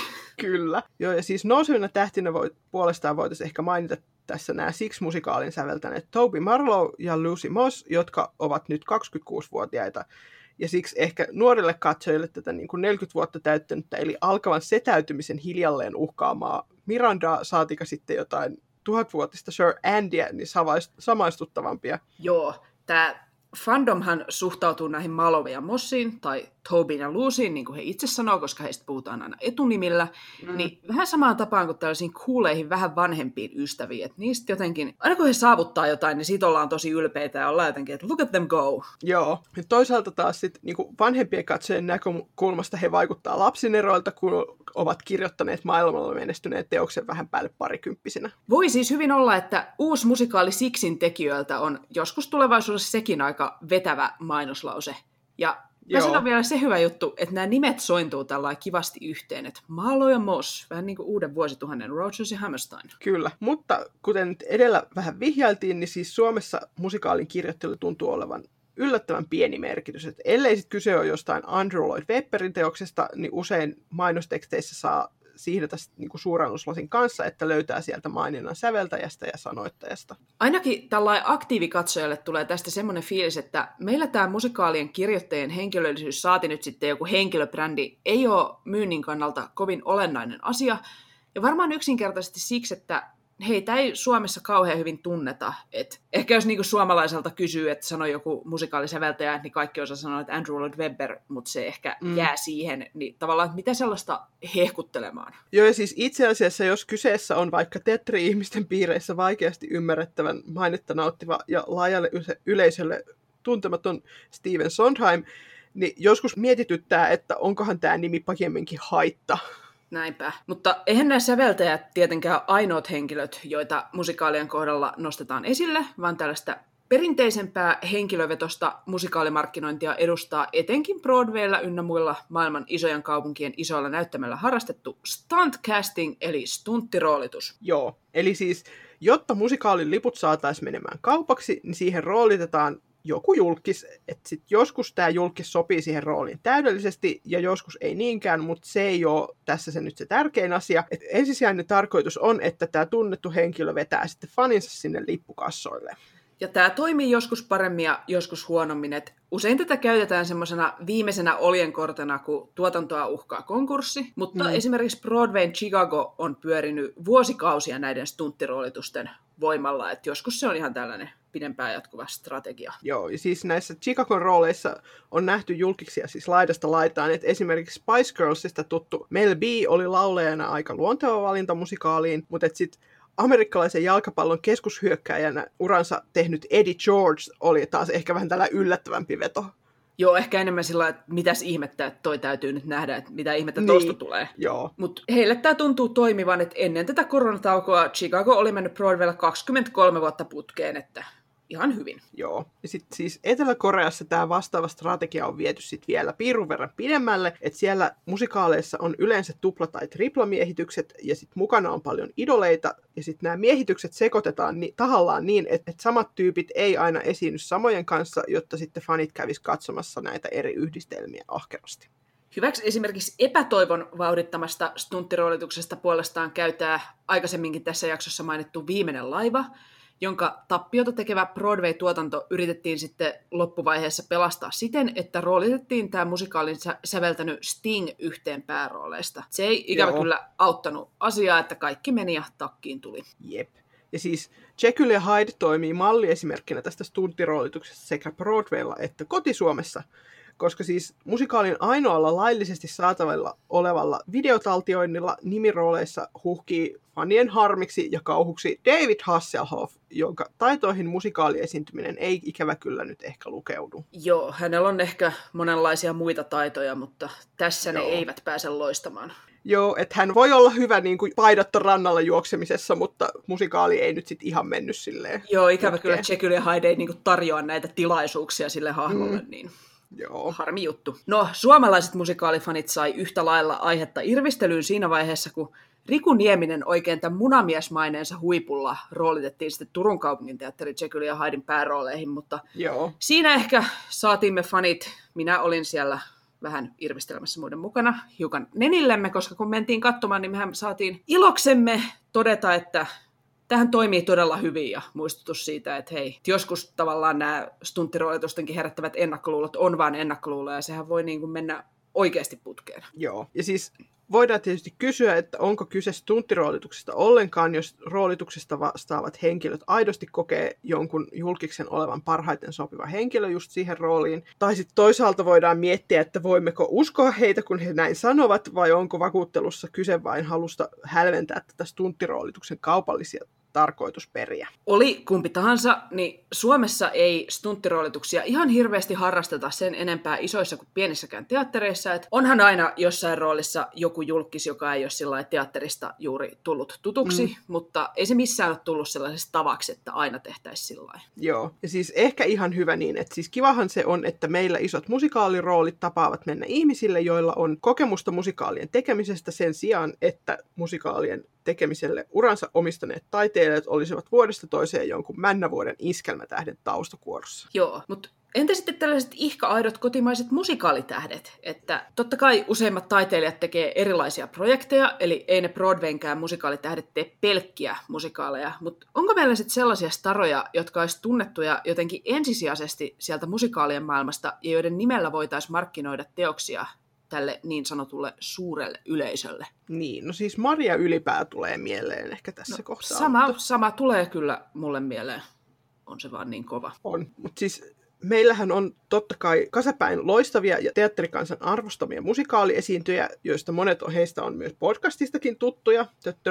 Kyllä. Joo, ja siis nousevina tähtinä puolestaan voitaisiin ehkä mainita tässä nämä Six-musikaalin säveltäneet Toby Marlowe ja Lucy Moss, jotka ovat nyt 26-vuotiaita. Ja siksi ehkä nuorille katsojille tätä niin kuin 40 vuotta täyttänyttä, eli alkavan setäytymisen hiljalleen uhkaamaa Mirandaa, saatika sitten jotain 1000-vuotista Sir Andyä, niin samaistuttavampia. Joo, tämä fandomhan suhtautuu näihin Marlowe ja Mossiin, tai Tobyin ja Lucyin, niin kuin he itse sanoo, koska heistä puhutaan aina etunimillä, niin vähän samaan tapaan kuin tällaisiin cooleihin vähän vanhempiin ystäviin, että niistä jotenkin, aina kun he saavuttaa jotain, niin siitä ollaan tosi ylpeitä ja ollaan jotenkin, että look at them go. Joo, ja toisaalta taas sitten niin vanhempien katsojien näkökulmasta he vaikuttaa lapsineroilta, kun ovat kirjoittaneet maailmalla menestyneet teoksen vähän päälle parikymppisenä. Voi siis hyvin olla, että uusi musikaali Sixin tekijöiltä on joskus tulevaisuudessa sekin aika vetävä mainoslause. Ja tässä on vielä se hyvä juttu, että nämä nimet sointuu tällä kivasti yhteen, että Marlowe ja Moss, vähän niin kuin uuden vuosituhannen Rodgers ja Hammerstein. Kyllä, mutta kuten nyt edellä vähän vihjailtiin, niin siis Suomessa musikaalin kirjoittelu tuntuu olevan yllättävän pieni merkitys. Et ellei sitten kyse ole jostain Andrew Lloyd Webberin teoksesta, niin usein mainosteksteissä saa siihdata niinku suurennuslasin kanssa, että löytää sieltä maininnan säveltäjästä ja sanoittajasta. Ainakin tällainen aktiivikatsojalle tulee tästä semmoinen fiilis, että meillä tämä musikaalien kirjoittajien henkilöllisyys, saati nyt sitten joku henkilöbrändi, ei ole myynnin kannalta kovin olennainen asia. Ja varmaan yksinkertaisesti siksi, että heitä ei Suomessa kauhean hyvin tunneta. Et ehkä jos niinku suomalaiselta kysyy, että sanoo joku musikaalisäveltäjä, niin kaikki osaa sanoa, että Andrew Lloyd Webber, mutta se ehkä jää siihen. Niin tavallaan, että mitä sellaista hehkuttelemaan? Joo, ja siis itse asiassa, jos kyseessä on vaikka teatteri-ihmisten piireissä vaikeasti ymmärrettävän mainetta nauttiva ja laajalle yleisölle tuntematon Stephen Sondheim, niin joskus mietityttää, että onkohan tämä nimi pakemminkin haitta. Näinpä. Mutta eihän nämä säveltäjät tietenkään ainoat henkilöt, joita musikaalien kohdalla nostetaan esille, vaan tällaista perinteisempää henkilövetosta musikaalimarkkinointia edustaa etenkin Broadwaylla ynnä muilla maailman isojen kaupunkien isoilla näyttämällä harrastettu stuntcasting, eli stunttiroolitus. Joo, eli siis jotta musikaalin liput saataisiin menemään kaupaksi, niin siihen roolitetaan joku julkis, että sit joskus tämä julkis sopii siihen rooliin täydellisesti ja joskus ei niinkään, mutta se ei ole tässä nyt se tärkein asia. Et ensisijainen tarkoitus on, että tämä tunnettu henkilö vetää sitten faninsa sinne lippukassoille. Ja tämä toimii joskus paremmin ja joskus huonommin. Et usein tätä käytetään semmoisena viimeisenä oljenkortena, kun tuotantoa uhkaa konkurssi. Mutta esimerkiksi Broadwayn Chicago on pyörinyt vuosikausia näiden stunttiroolitusten voimalla. Et joskus se on ihan tällainen pidempään jatkuva strategia. Joo, ja siis näissä Chicagon rooleissa on nähty julkiksia siis laidasta laitaan, että esimerkiksi Spice Girlsista tuttu Mel B oli laulajana aika luonteva valinta musikaaliin, mutta sitten amerikkalaisen jalkapallon keskushyökkääjänä uransa tehnyt Eddie George oli taas ehkä vähän tällä yllättävämpi veto. Joo, ehkä enemmän sillä, että mitäs ihmettä, että toi täytyy nyt nähdä, että mitä ihmettä tosta tulee. Mutta heille tämä tuntuu toimivan, että ennen tätä koronataukoa Chicago oli mennyt Broadwaylla 23 vuotta putkeen, että ihan hyvin. Joo, ja sitten siis Etelä-Koreassa tämä vastaava strategia on viety sitten vielä piirun verran pidemmälle, että siellä musikaaleissa on yleensä tupla- tai triplamiehitykset, ja sitten mukana on paljon idoleita, ja sitten nämä miehitykset sekoitetaan tahallaan niin, että samat tyypit ei aina esiinny samojen kanssa, jotta sitten fanit kävis katsomassa näitä eri yhdistelmiä ahkerasti. Hyväksi esimerkiksi epätoivon vauhdittamasta stunttiroolituksesta puolestaan käytää aikaisemminkin tässä jaksossa mainittu Viimeinen laiva, jonka tappiota tekevä Broadway-tuotanto yritettiin sitten loppuvaiheessa pelastaa siten, että roolitettiin tämä musikaalin säveltänyt Sting yhteen päärooleista. Se ei ikävä kyllä auttanut asiaa, että kaikki meni ja takkiin tuli. Jep. Ja siis Jekyll ja Hyde toimii malliesimerkkinä tästä stunttiroolituksesta sekä Broadwaylla että kotisuomessa, koska siis musikaalin ainoalla laillisesti saatavilla olevalla videotaltioinnilla nimirooleissa huhkii fanien harmiksi ja kauhuksi David Hasselhoff, jonka taitoihin musikaaliesiintyminen ei ikävä kyllä nyt ehkä lukeudu. Joo, hänellä on ehkä monenlaisia muita taitoja, mutta tässä ne eivät pääse loistamaan. Joo, että hän voi olla hyvä niin kuin paidatta rannalla juoksemisessa, mutta musikaali ei nyt sitten ihan mennyt silleen. Joo, ikävä kyllä Jekyll ja Hyde ei niin kuin tarjoa näitä tilaisuuksia sille hahmolle, niin joo. Harmi juttu. No, suomalaiset musikaalifanit sai yhtä lailla aihetta irvistelyyn siinä vaiheessa, kun Riku Nieminen oikein tämän munamiesmaineensa huipulla roolitettiin sitten Turun kaupunginteatterin Jekyll ja Hyden päärooleihin, mutta siinä ehkä saatiin me fanit, minä olin siellä vähän irvistelemässä muiden mukana hiukan nenillemme, koska kun mentiin katsomaan, niin mehän saatiin iloksemme todeta, että tähän toimii todella hyvin ja muistutus siitä, että hei, joskus tavallaan nämä stunttiroolitustenkin herättävät ennakkoluulot on vain ennakkoluuloja ja sehän voi niin kuin mennä oikeasti putkeen. Joo, ja siis voidaan tietysti kysyä, että onko kyse stunttiroolituksesta ollenkaan, jos roolituksesta vastaavat henkilöt aidosti kokee jonkun julkiksen olevan parhaiten sopiva henkilö just siihen rooliin. Tai sitten toisaalta voidaan miettiä, että voimmeko uskoa heitä, kun he näin sanovat, vai onko vakuuttelussa kyse vain halusta hälventää tätä stunttiroolituksen kaupallisia tarkoitusperiä. Oli kumpi tahansa, niin Suomessa ei stunttiroolituksia ihan hirveästi harrasteta sen enempää isoissa kuin pienissäkään teattereissa. Et onhan aina jossain roolissa joku julkkis, joka ei ole sillä teatterista juuri tullut tutuksi, mutta ei se missään ole tullut sellaisesta tavaksi, että aina tehtäisiin sillä lailla. Joo, ja siis ehkä ihan hyvä niin, että siis kivahan se on, että meillä isot musikaaliroolit tapaavat mennä ihmisille, joilla on kokemusta musikaalien tekemisestä sen sijaan, että musikaalien tekemiselle uransa omistaneet taiteilijat olisivat vuodesta toiseen jonkun männävuoden iskelmätähden taustakuorossa. Joo, mutta entä sitten tällaiset ihka-aidot kotimaiset musikaalitähdet? Että totta kai useimmat taiteilijat tekee erilaisia projekteja, eli ei ne Broadwaynkään musikaalitähdet tee pelkkiä musikaaleja, mutta onko meillä sitten sellaisia staroja, jotka olisi tunnettuja jotenkin ensisijaisesti sieltä musikaalien maailmasta ja joiden nimellä voitaisiin markkinoida teoksia tälle niin sanotulle suurelle yleisölle? Niin, no siis Maria Ylipää tulee mieleen ehkä tässä kohtaa. Sama tulee kyllä mulle mieleen. On se vaan niin kova. On, mutta siis meillähän on totta kai kasapäin loistavia ja teatterikansan arvostamia musikaaliesiintyjä, joista monet heistä on myös podcastistakin tuttuja,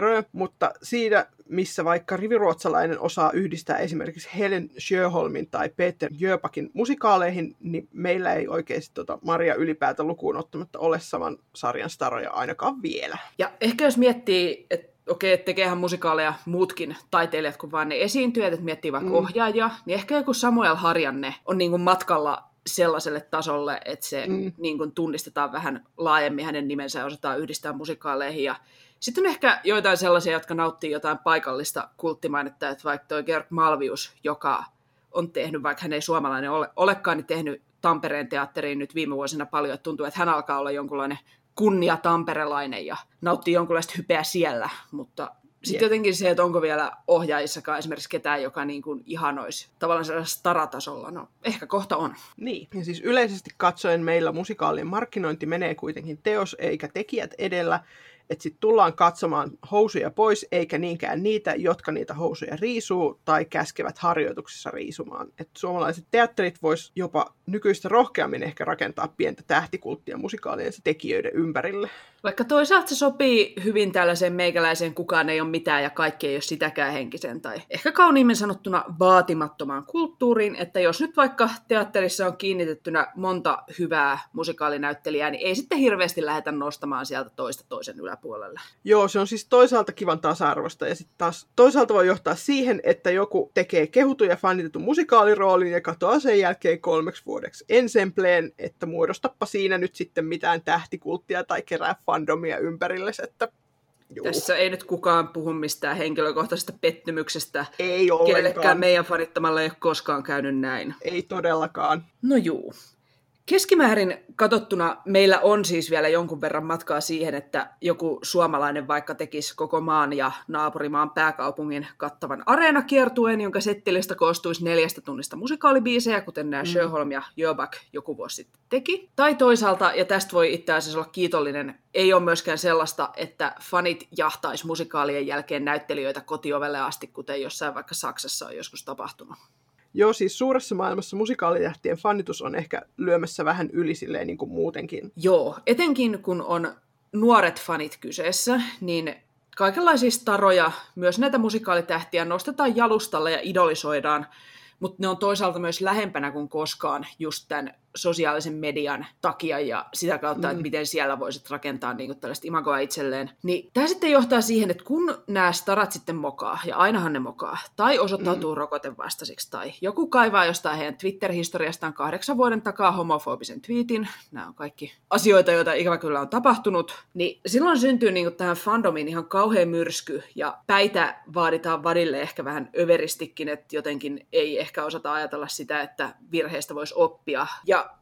mutta siinä, missä vaikka riviruotsalainen osaa yhdistää esimerkiksi Helen Sjöholmin tai Peter Jöbackin musikaaleihin, niin meillä ei oikeasti Maria Ylipäätä lukuun ottamatta ole saman sarjan staroja ainakaan vielä. Ja ehkä jos miettii, että okei, tekeehän musikaaleja muutkin taiteilijat kuin vaan ne esiintyjät, että miettii vaikka ohjaajia, niin ehkä joku Samuel Harjanne on niin kuin matkalla sellaiselle tasolle, että se niin kuin tunnistetaan vähän laajemmin hänen nimensä ja osataan yhdistää musikaaleihin. Ja sitten on ehkä joitain sellaisia, jotka nauttii jotain paikallista kulttimainetta, että vaikka toi Georg Malvius, joka on tehnyt, vaikka hän ei suomalainen olekaan, niin tehnyt Tampereen teatteriin nyt viime vuosina paljon, että tuntuu, että hän alkaa olla jonkunlainen kunnia tamperelainen ja nauttii jonkunlaista hypeä siellä, mutta sitten jotenkin se, että onko vielä ohjaajissakaan esimerkiksi ketään, joka niin kuin ihanoisi tavallaan sellaisella staratasolla, no ehkä kohta on. Niin, ja siis yleisesti katsoen meillä musikaalien markkinointi menee kuitenkin teos eikä tekijät edellä, että sitten tullaan katsomaan housuja pois, eikä niinkään niitä, jotka niitä housuja riisuu tai käskevät harjoituksissa riisumaan. Että suomalaiset teatterit vois jopa nykyistä rohkeammin ehkä rakentaa pientä tähtikulttia musikaaliensa tekijöiden ympärille. Vaikka toisaalta se sopii hyvin tällaiseen meikäläiseen kukaan ei ole mitään ja kaikki ei ole sitäkään henkisen tai ehkä kauniimmin sanottuna vaatimattomaan kulttuuriin, että jos nyt vaikka teatterissa on kiinnitettynä monta hyvää musikaalinäyttelijää, niin ei sitten hirveästi lähdetä nostamaan sieltä toisen yläpuolelle. Joo, se on siis toisaalta kivan tasa-arvosta ja sitten taas toisaalta voi johtaa siihen, että joku tekee kehutun ja fanitetun musikaaliroolin ja katoaa sen jälkeen 3 vuodeksi ensembleen, että muodostappa siinä nyt sitten mitään tähtikulttia tai kerää fandomia ympärille, että juu. Tässä ei nyt kukaan puhu mistään henkilökohtaisesta pettymyksestä. Ei ollenkaan. Kellekään meidän fanittamalla ei ole koskaan käynyt näin. Ei todellakaan. No juu. Keskimäärin katsottuna meillä on siis vielä jonkun verran matkaa siihen, että joku suomalainen vaikka tekisi koko maan ja naapurimaan pääkaupungin kattavan areenakiertueen, jonka settilistä koostuisi 4 tunnista musikaalibiisejä, kuten nämä Sjöholm ja Jöback joku vuosi sitten teki. Tai toisaalta, ja tästä voi itse asiassa olla kiitollinen, ei ole myöskään sellaista, että fanit jahtaisi musikaalien jälkeen näyttelijöitä kotiovelle asti, kuten jossain vaikka Saksassa on joskus tapahtunut. Joo, siis suuressa maailmassa musikaalitähtien fanitus on ehkä lyömässä vähän yli silleen niin kuin muutenkin. Joo, etenkin kun on nuoret fanit kyseessä, niin kaikenlaisia staroja, myös näitä musikaalitähtiä nostetaan jalustalle ja idolisoidaan, mutta ne on toisaalta myös lähempänä kuin koskaan just tämän sosiaalisen median takia ja sitä kautta, että miten siellä voisit rakentaa niin kuin tällaista imagoa itselleen. Niin tämä sitten johtaa siihen, että kun nämä starat sitten mokaa, ja ainahan ne mokaa, tai osoittautuu rokotevastaisiksi, tai joku kaivaa jostain heidän Twitter-historiastaan 8 vuoden takaa homofobisen tweetin, nämä on kaikki asioita, joita ikävä kyllä on tapahtunut, niin silloin syntyy niin kuin tähän fandomiin ihan kauhean myrsky, ja päitä vaaditaan vadille ehkä vähän överistikin, että jotenkin ei ehkä osata ajatella sitä, että virheistä voisi oppia. Ja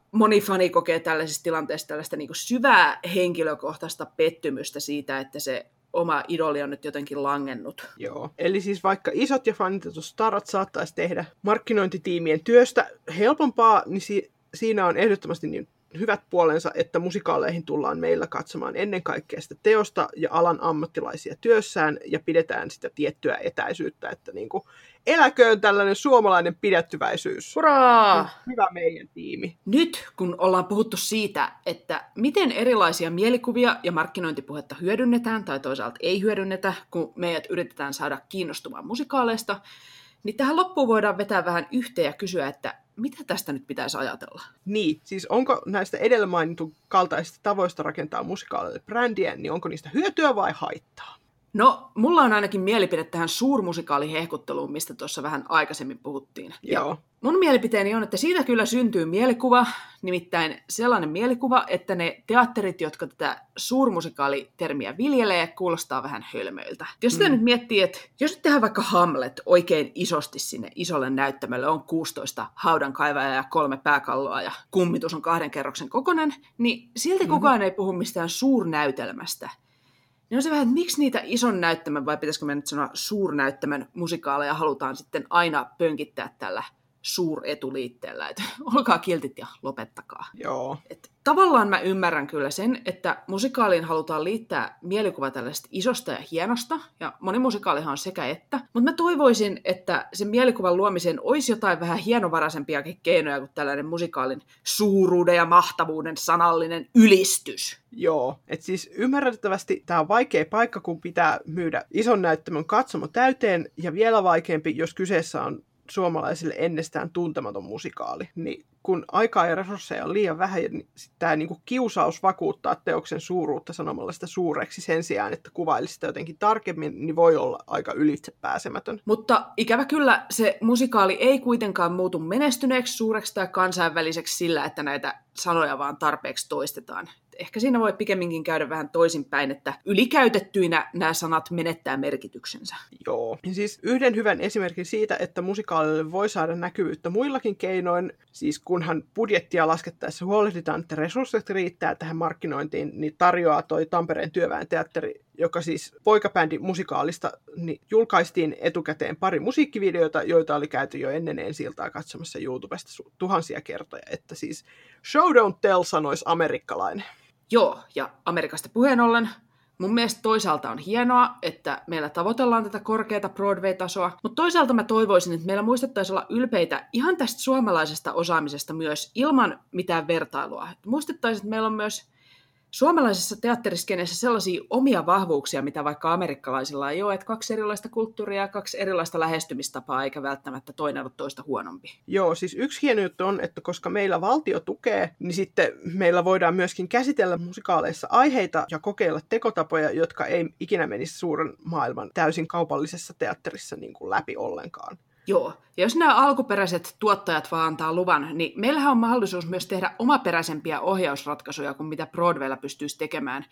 moni fani kokee tällaisessa tilanteessa tällaista niin kuin syvää henkilökohtaista pettymystä siitä, että se oma idoli on nyt jotenkin langennut. Joo, eli siis vaikka isot ja fanitetut starat saattaisi tehdä markkinointitiimien työstä helpompaa, niin siinä on ehdottomasti niin hyvät puolensa, että musikaaleihin tullaan meillä katsomaan ennen kaikkea sitä teosta ja alan ammattilaisia työssään ja pidetään sitä tiettyä etäisyyttä, että niin kuin eläköön tällainen suomalainen pidättyväisyys. Hurraa! Hyvä meidän tiimi. Nyt kun ollaan puhuttu siitä, että miten erilaisia mielikuvia ja markkinointipuhetta hyödynnetään tai toisaalta ei hyödynnetä, kun meidät yritetään saada kiinnostumaan musikaaleista, niin tähän loppuun voidaan vetää vähän yhteen ja kysyä, että mitä tästä nyt pitäisi ajatella? Niin, siis onko näistä edellä mainitun kaltaisista tavoista rakentaa musikaaleille brändiä, niin onko niistä hyötyä vai haittaa? No, mulla on ainakin mielipide tähän suurmusikaalihehkutteluun, mistä tuossa vähän aikaisemmin puhuttiin. Joo. Ja mun mielipiteeni on, että siitä kyllä syntyy mielikuva, nimittäin sellainen mielikuva, että ne teatterit, jotka tätä suurmusikaalitermiä viljelee, kuulostaa vähän hölmöiltä. Jos sitä nyt miettii, että jos nyt tehdään vaikka Hamlet oikein isosti sinne isolle näyttämölle, on 16 haudankaivajaa ja 3 pääkalloa ja kummitus on 2 kerroksen kokoinen, niin silti kukaan ei puhu mistään suurnäytelmästä. Niin on se vähän, että miksi niitä ison näyttämön, vai pitäisikö me nyt sanoa suurnäyttämön musikaaleja halutaan sitten aina pönkittää tällä suuretuliitteellä, että olkaa kiltit ja lopettakaa. Joo. Et tavallaan mä ymmärrän kyllä sen, että musikaaliin halutaan liittää mielikuva tällaista isosta ja hienosta, ja moni musikaalihan on sekä että, mutta mä toivoisin, että sen mielikuvan luomiseen olisi jotain vähän hienovarasempiakin keinoja kuin tällainen musikaalin suuruuden ja mahtavuuden sanallinen ylistys. Joo, että siis ymmärrettävästi tämä on vaikea paikka, kun pitää myydä ison näyttämön katsomo täyteen, ja vielä vaikeampi, jos kyseessä on suomalaisille ennestään tuntematon musikaali. Niin kun aikaa ja resursseja on liian vähän, niin tämä niinku kiusaus vakuuttaa teoksen suuruutta sanomalla sitä suureksi sen sijaan, että kuvailisi sitä jotenkin tarkemmin, niin voi olla aika ylitsepääsemätön. Mutta ikävä kyllä se musikaali ei kuitenkaan muutu menestyneeksi, suureksi tai kansainväliseksi sillä, että näitä sanoja vaan tarpeeksi toistetaan. Ehkä siinä voi pikemminkin käydä vähän toisinpäin, että ylikäytettyinä nämä sanat menettää merkityksensä. Joo. Ja siis yhden hyvän esimerkin siitä, että musikaalille voi saada näkyvyyttä muillakin keinoin, siis kunhan budjettia laskettaessa huolehditaan, että resurssit riittää tähän markkinointiin, niin tarjoaa toi Tampereen Työväen teatteri, joka siis poikabändi musikaalista, niin julkaistiin etukäteen pari musiikkivideota, joita oli käyty jo ennen ensi-iltaa katsomassa YouTubesta tuhansia kertoja, että siis show don't tell sanoisi amerikkalainen. Joo, ja Amerikasta puheen ollen, mun mielestä toisaalta on hienoa, että meillä tavoitellaan tätä korkeata Broadway-tasoa, mutta toisaalta mä toivoisin, että meillä muistettaisiin olla ylpeitä ihan tästä suomalaisesta osaamisesta myös ilman mitään vertailua. Muistettaisiin, että meillä on myös suomalaisessa teatteriskenessä sellaisia omia vahvuuksia, mitä vaikka amerikkalaisilla ei ole, että 2 erilaista kulttuuria ja 2 erilaista lähestymistapaa, eikä välttämättä toinen ole toista huonompi. Joo, siis yksi hieno juttu on, että koska meillä valtio tukee, niin sitten meillä voidaan myöskin käsitellä musikaaleissa aiheita ja kokeilla tekotapoja, jotka ei ikinä menisi suuren maailman täysin kaupallisessa teatterissa niin kuin läpi ollenkaan. Joo, ja jos nämä alkuperäiset tuottajat vaan antaa luvan, niin meillähän on mahdollisuus myös tehdä omaperäisempiä ohjausratkaisuja kuin mitä Broadwaylla pystyisi tekemään.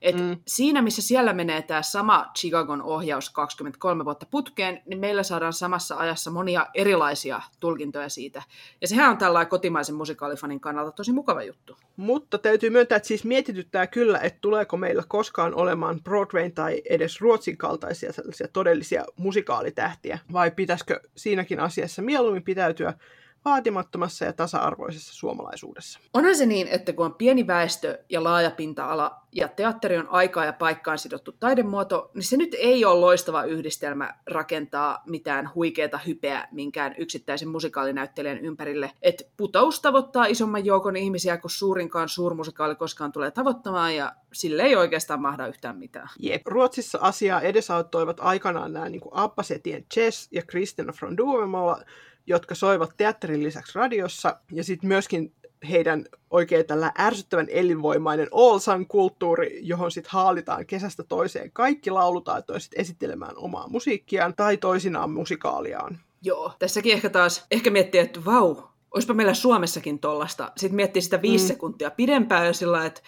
Siinä, missä siellä menee tämä sama Chicagon ohjaus 23 vuotta putkeen, niin meillä saadaan samassa ajassa monia erilaisia tulkintoja siitä. Ja sehän on tällainen kotimaisen musikaalifanin kannalta tosi mukava juttu. Mutta täytyy myöntää, että siis mietityttää kyllä, että tuleeko meillä koskaan olemaan Broadwayn tai edes Ruotsin kaltaisia sellaisia todellisia musikaalitähtiä, vai pitäisikö siinäkin asiassa mieluummin pitäytyä vaatimattomassa ja tasa-arvoisessa suomalaisuudessa. Onhan se niin, että kun on pieni väestö ja laaja pinta-ala ja teatteri on aikaa ja paikkaan sidottu taidemuoto, niin se nyt ei ole loistava yhdistelmä rakentaa mitään huikeata hypeä minkään yksittäisen musikaalinäyttelijän ympärille. Että putous tavoittaa isomman joukon ihmisiä, kun suurinkaan suurmusikaali koskaan tulee tavoittamaan, ja sille ei oikeastaan mahda yhtään mitään. Jep. Ruotsissa asiaa edesauttoivat aikanaan nämä niin kuin Abbasetien Chess ja Kristina från Duvemåla, jotka soivat teatterin lisäksi radiossa, ja sitten myöskin heidän oikein tällä ärsyttävän elinvoimainen Allsang-kulttuuri, johon sitten haalitaan kesästä toiseen kaikki laulutaitoiset esittelemään omaa musiikkiaan tai toisinaan musikaaliaan. Joo, tässäkin ehkä miettii, että vau, olisipa meillä Suomessakin tollasta. Sitten miettii sitä 5 sekuntia pidempään ja sillä että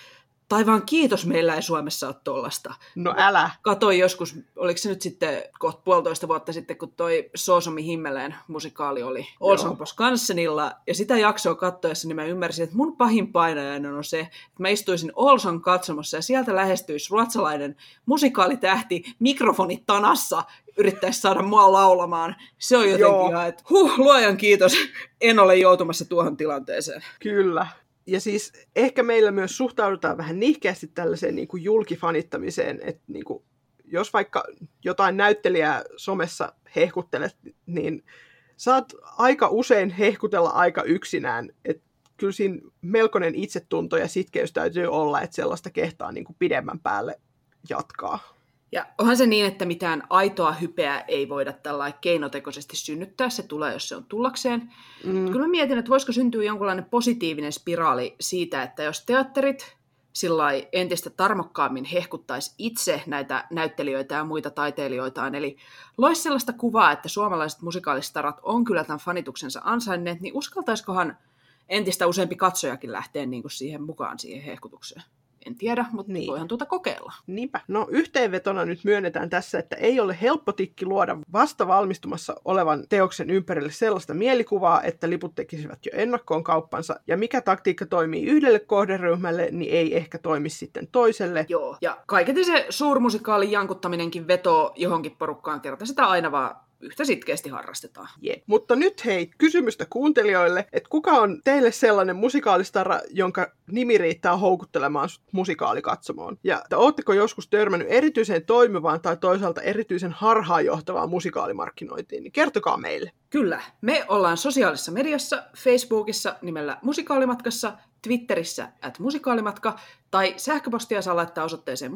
taivaan kiitos, meillä ei Suomessa ole tollasta. No älä. Katoin joskus, oliko se nyt sitten kohta 1,5 vuotta sitten, kun toi Soosomi Himmeleen musikaali oli Olson på Skansenilla, ja sitä jaksoa katsoessa, niin mä ymmärsin, että mun pahin painajainen on se, että mä istuisin Olson katsomossa, ja sieltä lähestyisi ruotsalainen musikaalitähti mikrofonit tanassa, yrittäisi saada mua laulamaan. Se on jotenkin ihan, että luojan kiitos, en ole joutumassa tuohon tilanteeseen. Kyllä. Ja siis ehkä meillä myös suhtaudutaan vähän nihkeästi tällaiseen niin kuin julkifanittamiseen, että niin kuin, jos vaikka jotain näyttelijää somessa hehkuttelet, niin saat aika usein hehkutella aika yksinään, että kyllä siinä melkoinen itsetunto ja sitkeys täytyy olla, että sellaista kehtaa niin kuin pidemmän päälle jatkaa. Ja onhan se niin, että mitään aitoa hypeä ei voida tällainen keinotekoisesti synnyttää, se tulee, jos se on tullakseen. Kyllä mä mietin, että voisiko syntyä jonkunlainen positiivinen spiraali siitä, että jos teatterit sillai entistä tarmokkaammin hehkuttaisi itse näitä näyttelijöitä ja muita taiteilijoitaan, eli loisi sellaista kuvaa, että suomalaiset musikaalistarat on kyllä tämän fanituksensa ansainneet, niin uskaltaisikohan entistä useampi katsojakin lähteä niin kuin siihen mukaan siihen hehkutukseen? En tiedä, mutta voihan tuota kokeilla. Niinpä. No yhteenvetona nyt myönnetään tässä, että ei ole helppo tikki luoda vasta valmistumassa olevan teoksen ympärille sellaista mielikuvaa, että liput tekisivät jo ennakkoon kauppansa, ja mikä taktiikka toimii yhdelle kohderyhmälle, niin ei ehkä toimi sitten toiselle. Joo, ja kaiketi se suurmusikaalin jankuttaminenkin vetoo johonkin porukkaan, kerta sitä aina vaan yhtä sitkeästi harrastetaan. Yeah. Mutta nyt hei, kysymystä kuuntelijoille, että kuka on teille sellainen musikaalistara, jonka nimi riittää houkuttelemaan sut musikaalikatsomoon? Ja ootteko joskus törmännyt erityisen toimivaan tai toisaalta erityisen harhaanjohtavaan musikaalimarkkinointiin? Niin kertokaa meille. Kyllä, me ollaan sosiaalisessa mediassa, Facebookissa nimellä Musikaalimatkassa, Twitterissä @musikaalimatka tai sähköpostia saa laittaa osoitteeseen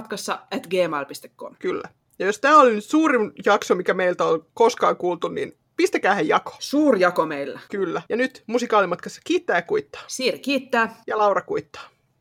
musikaalimatkassa@gmail.com. Kyllä. Ja jos tämä oli nyt suurin jakso, mikä meiltä on koskaan kuultu, niin pistäkäähän jako. Suurjako meillä. Kyllä. Ja nyt Musikaalimatkassa kiittää ja kuittaa. Siiri kiittää. Ja Laura kuittaa.